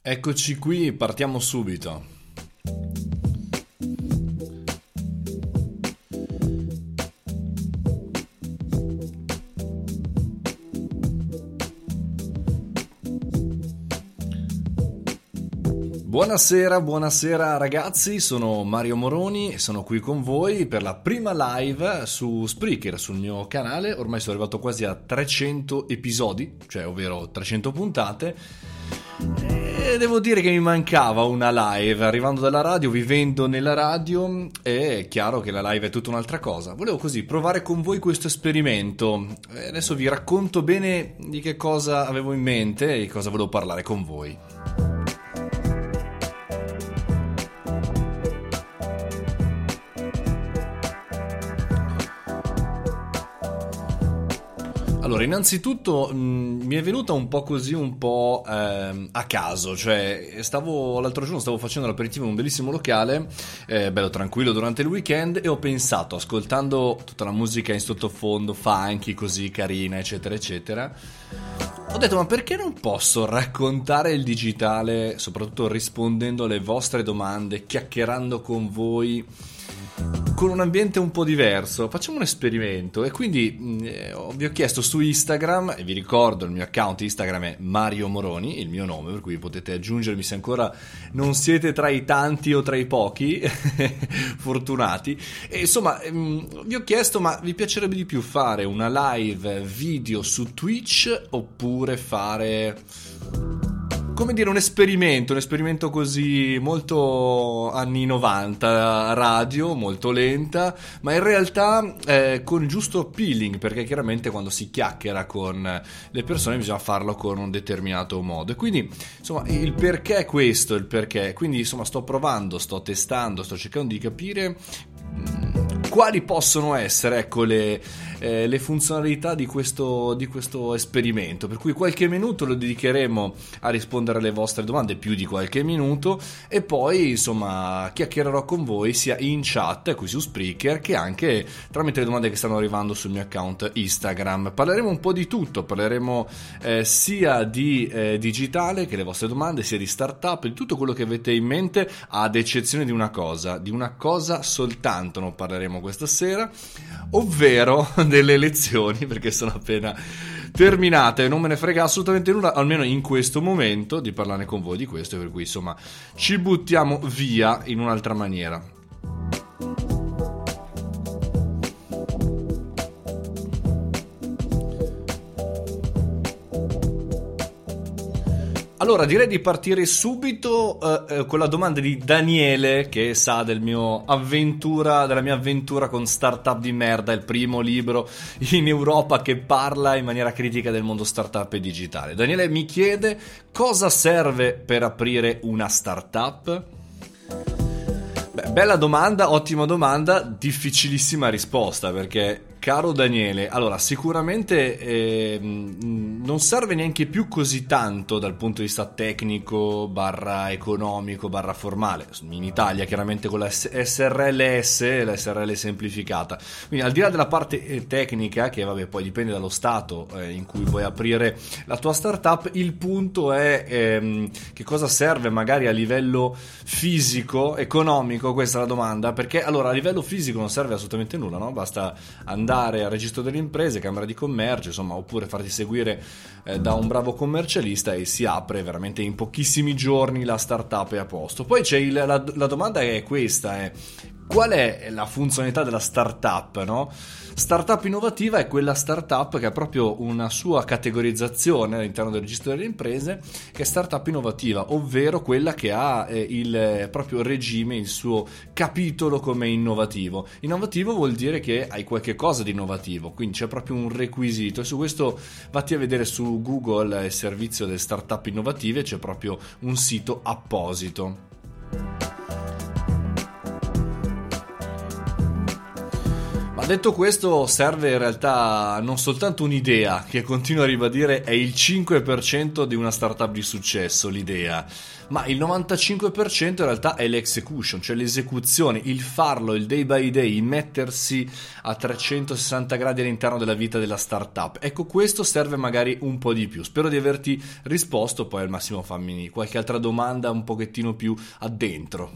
Eccoci qui, partiamo subito. Buonasera ragazzi, sono Mario Moroni e sono qui con voi per la prima live su Spreaker, sul mio canale. Ormai sono arrivato quasi a 300 episodi, cioè ovvero 300 puntate. E devo dire che mi mancava una live, arrivando dalla radio, vivendo nella radio, è chiaro che la live è tutta un'altra cosa. Volevo così provare con voi questo esperimento. Adesso vi racconto bene di che cosa avevo in mente e di cosa volevo parlare con voi. Allora, innanzitutto mi è venuta un po' così, un po' a caso, cioè l'altro giorno stavo facendo l'aperitivo in un bellissimo locale, bello tranquillo durante il weekend, e ho pensato, ascoltando tutta la musica in sottofondo, funky, così carina, eccetera, eccetera, ho detto, ma perché non posso raccontare il digitale, soprattutto rispondendo alle vostre domande, chiacchierando con voi, con un ambiente un po' diverso? Facciamo un esperimento. E quindi vi ho chiesto su Instagram, e vi ricordo il mio account Instagram è Mario Moroni, il mio nome, per cui potete aggiungermi se ancora non siete tra i tanti o tra i pochi fortunati. E insomma, vi ho chiesto, ma vi piacerebbe di più fare una live video su Twitch oppure fare, come dire, un esperimento così molto anni 90, radio, molto lenta, ma in realtà con giusto appealing, perché chiaramente quando si chiacchiera con le persone bisogna farlo con un determinato modo. E quindi, insomma, il perché è questo, il perché. Quindi, insomma, sto provando, sto testando, sto cercando di capire quali possono essere, ecco, le funzionalità di questo esperimento, per cui qualche minuto lo dedicheremo a rispondere alle vostre domande, più di qualche minuto, e poi insomma chiacchiererò con voi sia in chat qui su Spreaker che anche tramite le domande che stanno arrivando sul mio account Instagram. Parleremo un po' di tutto, parleremo sia di digitale che le vostre domande, sia di startup, di tutto quello che avete in mente, ad eccezione di una cosa soltanto non parleremo questa sera, ovvero delle elezioni, perché sono appena terminate e non me ne frega assolutamente nulla, almeno in questo momento, di parlare con voi di questo, per cui insomma ci buttiamo via in un'altra maniera. Allora, direi di partire subito con la domanda di Daniele, che sa della mia avventura con Startup di merda, il primo libro in Europa che parla in maniera critica del mondo startup e digitale. Daniele mi chiede: cosa serve per aprire una startup? Beh, bella domanda, ottima domanda, difficilissima risposta, perché, caro Daniele, allora sicuramente non serve neanche più così tanto dal punto di vista tecnico / economico / formale, in Italia chiaramente con la SRLS, la SRL semplificata, quindi al di là della parte tecnica, che vabbè poi dipende dallo stato in cui vuoi aprire la tua startup, il punto è che cosa serve magari a livello fisico, economico. Questa è la domanda, perché allora a livello fisico non serve assolutamente nulla, no? Basta andare al registro delle imprese, Camera di Commercio, insomma, oppure farti seguire da un bravo commercialista e si apre veramente in pochissimi giorni, la startup è a posto. Poi c'è la domanda è questa, è: qual è la funzionalità della startup, no? Startup innovativa è quella startup che ha proprio una sua categorizzazione all'interno del registro delle imprese, che è startup innovativa, ovvero quella che ha il proprio regime, il suo capitolo come innovativo. Innovativo vuol dire che hai qualche cosa di innovativo, quindi c'è proprio un requisito, e su questo vatti a vedere su Google il servizio delle startup innovative, c'è proprio un sito apposito. Ma detto questo, serve in realtà non soltanto un'idea, che continuo a ribadire è il 5% di una startup di successo, l'idea, ma il 95% in realtà è l'execution, cioè l'esecuzione, il farlo, il day by day, il mettersi a 360 gradi all'interno della vita della startup. Ecco, questo serve magari un po' di più. Spero di averti risposto, poi al massimo fammi qualche altra domanda un pochettino più addentro.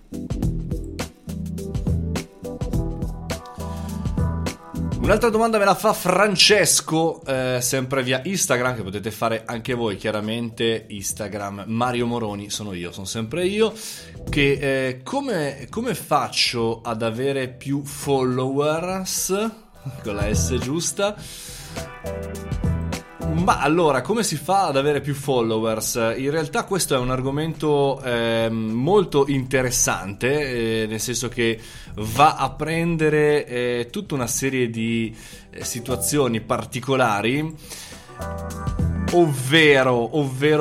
Un'altra domanda me la fa Francesco, sempre via Instagram, che potete fare anche voi, chiaramente. Instagram Mario Moroni, sono sempre io, che come faccio ad avere più followers, con la S giusta? Ma allora, come si fa ad avere più followers? In realtà questo è un argomento molto interessante, nel senso che va a prendere tutta una serie di situazioni particolari. Ovvero,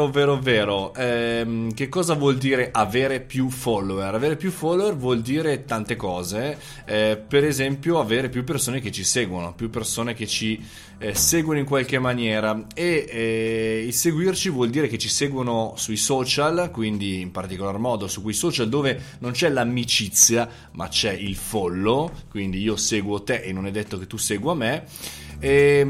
che cosa vuol dire avere più follower? Avere più follower vuol dire tante cose, per esempio avere più persone che ci seguono, più persone che ci seguono in qualche maniera, e il seguirci vuol dire che ci seguono sui social, quindi in particolar modo su quei social dove non c'è l'amicizia ma c'è il follow, quindi io seguo te e non è detto che tu segua me. E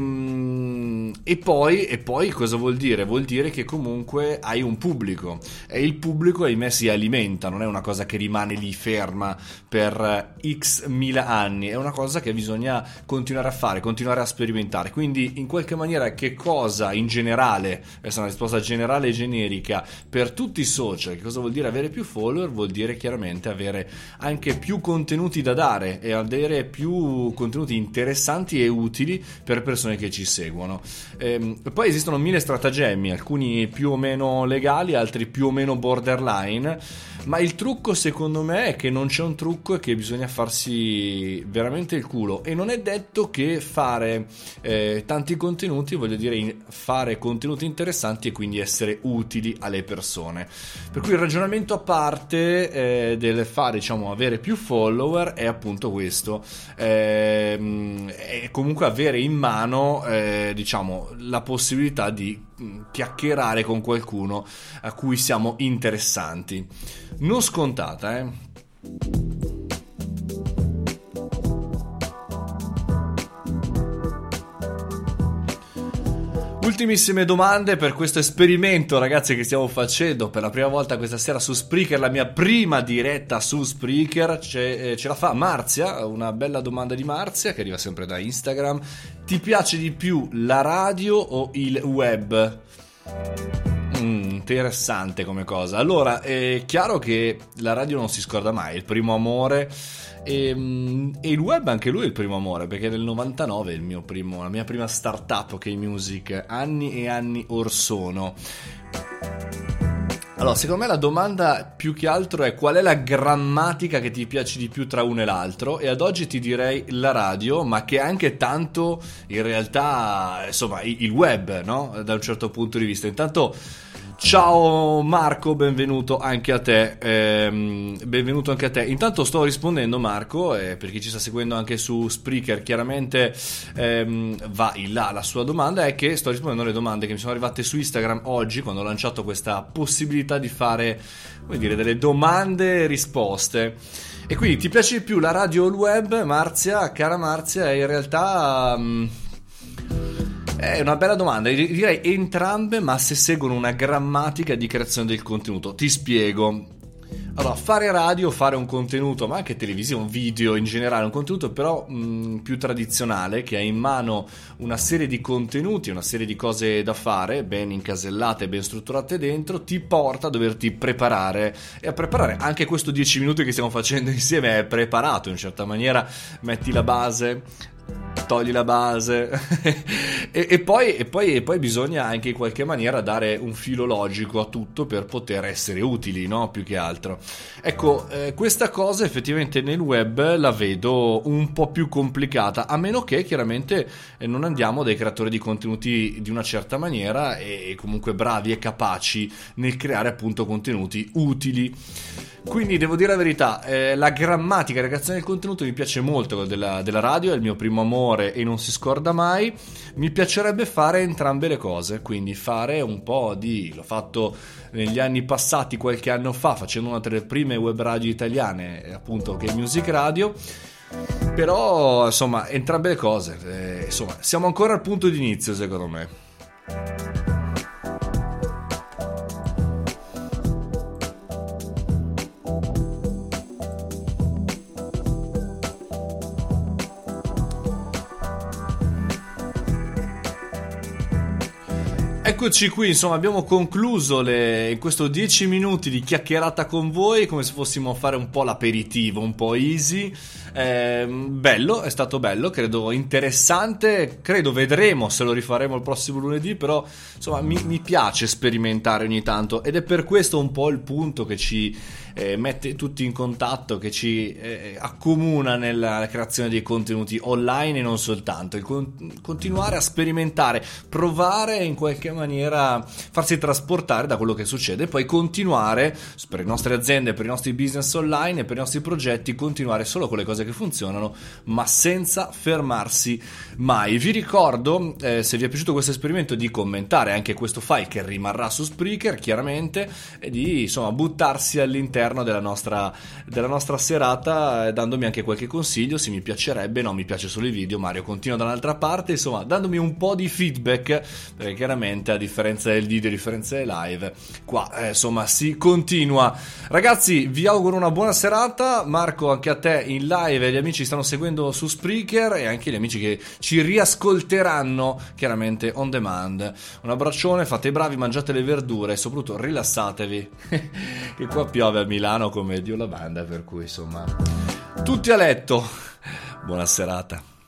poi cosa vuol dire? Vuol dire che comunque hai un pubblico, e il pubblico, ahimè, si alimenta, non è una cosa che rimane lì ferma per x mila anni, è una cosa che bisogna continuare a fare, continuare a sperimentare. Quindi in qualche maniera, che cosa in generale, questa è una risposta generale e generica per tutti i social, che cosa vuol dire avere più follower? Vuol dire chiaramente avere anche più contenuti da dare e avere più contenuti interessanti e utili per persone che ci seguono. Poi esistono mille stratagemmi, alcuni più o meno legali, altri più o meno borderline, ma il trucco secondo me è che non c'è un trucco e che bisogna farsi veramente il culo, e non è detto che fare tanti contenuti, voglio dire fare contenuti interessanti e quindi essere utili alle persone. Per cui il ragionamento a parte del fare, diciamo, avere più follower è appunto questo, è comunque avere in mano diciamo la possibilità di chiacchierare con qualcuno a cui siamo interessanti. Non scontata, Ultimissime domande per questo esperimento, ragazzi, che stiamo facendo per la prima volta questa sera su Spreaker, la mia prima diretta su Spreaker. Ce la fa Marzia, una bella domanda di Marzia che arriva sempre da Instagram. Ti piace di più la radio o il web? Interessante come cosa. Allora, è chiaro che la radio non si scorda mai, il primo amore, e il web anche lui è il primo amore, perché nel 99 è la mia prima startup, OK Music, anni e anni or sono. Allora, secondo me la domanda più che altro è: qual è la grammatica che ti piace di più tra uno e l'altro? E ad oggi ti direi la radio, ma che anche tanto in realtà, insomma, il web, no? Da un certo punto di vista. Intanto, ciao Marco, benvenuto anche a te. Benvenuto anche a te. Intanto sto rispondendo, Marco, per chi ci sta seguendo anche su Spreaker, chiaramente va in là la sua domanda. È che sto rispondendo alle domande che mi sono arrivate su Instagram oggi, quando ho lanciato questa possibilità di fare, come dire, delle domande e risposte. E quindi, ti piace di più la radio o il web, Marzia? Cara Marzia, in realtà è una bella domanda, direi entrambe, ma se seguono una grammatica di creazione del contenuto. Ti spiego. Allora, fare radio, fare un contenuto, ma anche televisione, video in generale, un contenuto però più tradizionale, che ha in mano una serie di contenuti, una serie di cose da fare, ben incasellate, ben strutturate dentro, ti porta a doverti preparare, e a preparare anche questo 10 minuti che stiamo facendo insieme è preparato in certa maniera. Metti la base, togli la base e poi bisogna anche in qualche maniera dare un filo logico a tutto per poter essere utili, no? Più che altro. Ecco, questa cosa effettivamente nel web la vedo un po' più complicata, a meno che chiaramente non andiamo dai creatori di contenuti di una certa maniera e comunque bravi e capaci nel creare appunto contenuti utili. Quindi devo dire la verità, la grammatica e la creazione del contenuto mi piace molto, quella della radio, è il mio primo amore e non si scorda mai. Mi piacerebbe fare entrambe le cose, quindi fare un po' l'ho fatto negli anni passati, qualche anno fa, facendo una delle prime web radio italiane, appunto, che è Music Radio. Però insomma entrambe le cose, insomma siamo ancora al punto di inizio secondo me. Eccoci qui, insomma abbiamo concluso in questo 10 minuti di chiacchierata con voi, come se fossimo a fare un po' l'aperitivo, un po' easy. Bello, è stato bello, credo interessante, credo vedremo se lo rifaremo il prossimo lunedì, però insomma mi piace sperimentare ogni tanto ed è per questo un po' il punto che ci mette tutti in contatto, che ci accomuna nella creazione dei contenuti online e non soltanto, il continuare a sperimentare, provare in qualche maniera, farsi trasportare da quello che succede e poi continuare per le nostre aziende, per i nostri business online e per i nostri progetti, continuare solo con le cose che funzionano ma senza fermarsi mai. Vi ricordo, se vi è piaciuto questo esperimento, di commentare anche questo file che rimarrà su Spreaker chiaramente e di insomma buttarsi all'interno della nostra serata, dandomi anche qualche consiglio, se mi piacerebbe. No, mi piace solo i video, Mario continua dall'altra parte, insomma dandomi un po' di feedback, perché chiaramente a differenza del video, a differenza dei live, qua insomma si continua. Ragazzi, vi auguro una buona serata. Marco, anche a te in live, gli amici stanno seguendo su Spreaker e anche gli amici che ci riascolteranno chiaramente on demand. Un abbraccione, fate i bravi, mangiate le verdure e soprattutto rilassatevi che qua piove a Milano come Dio la banda, per cui insomma tutti a letto. Buona serata.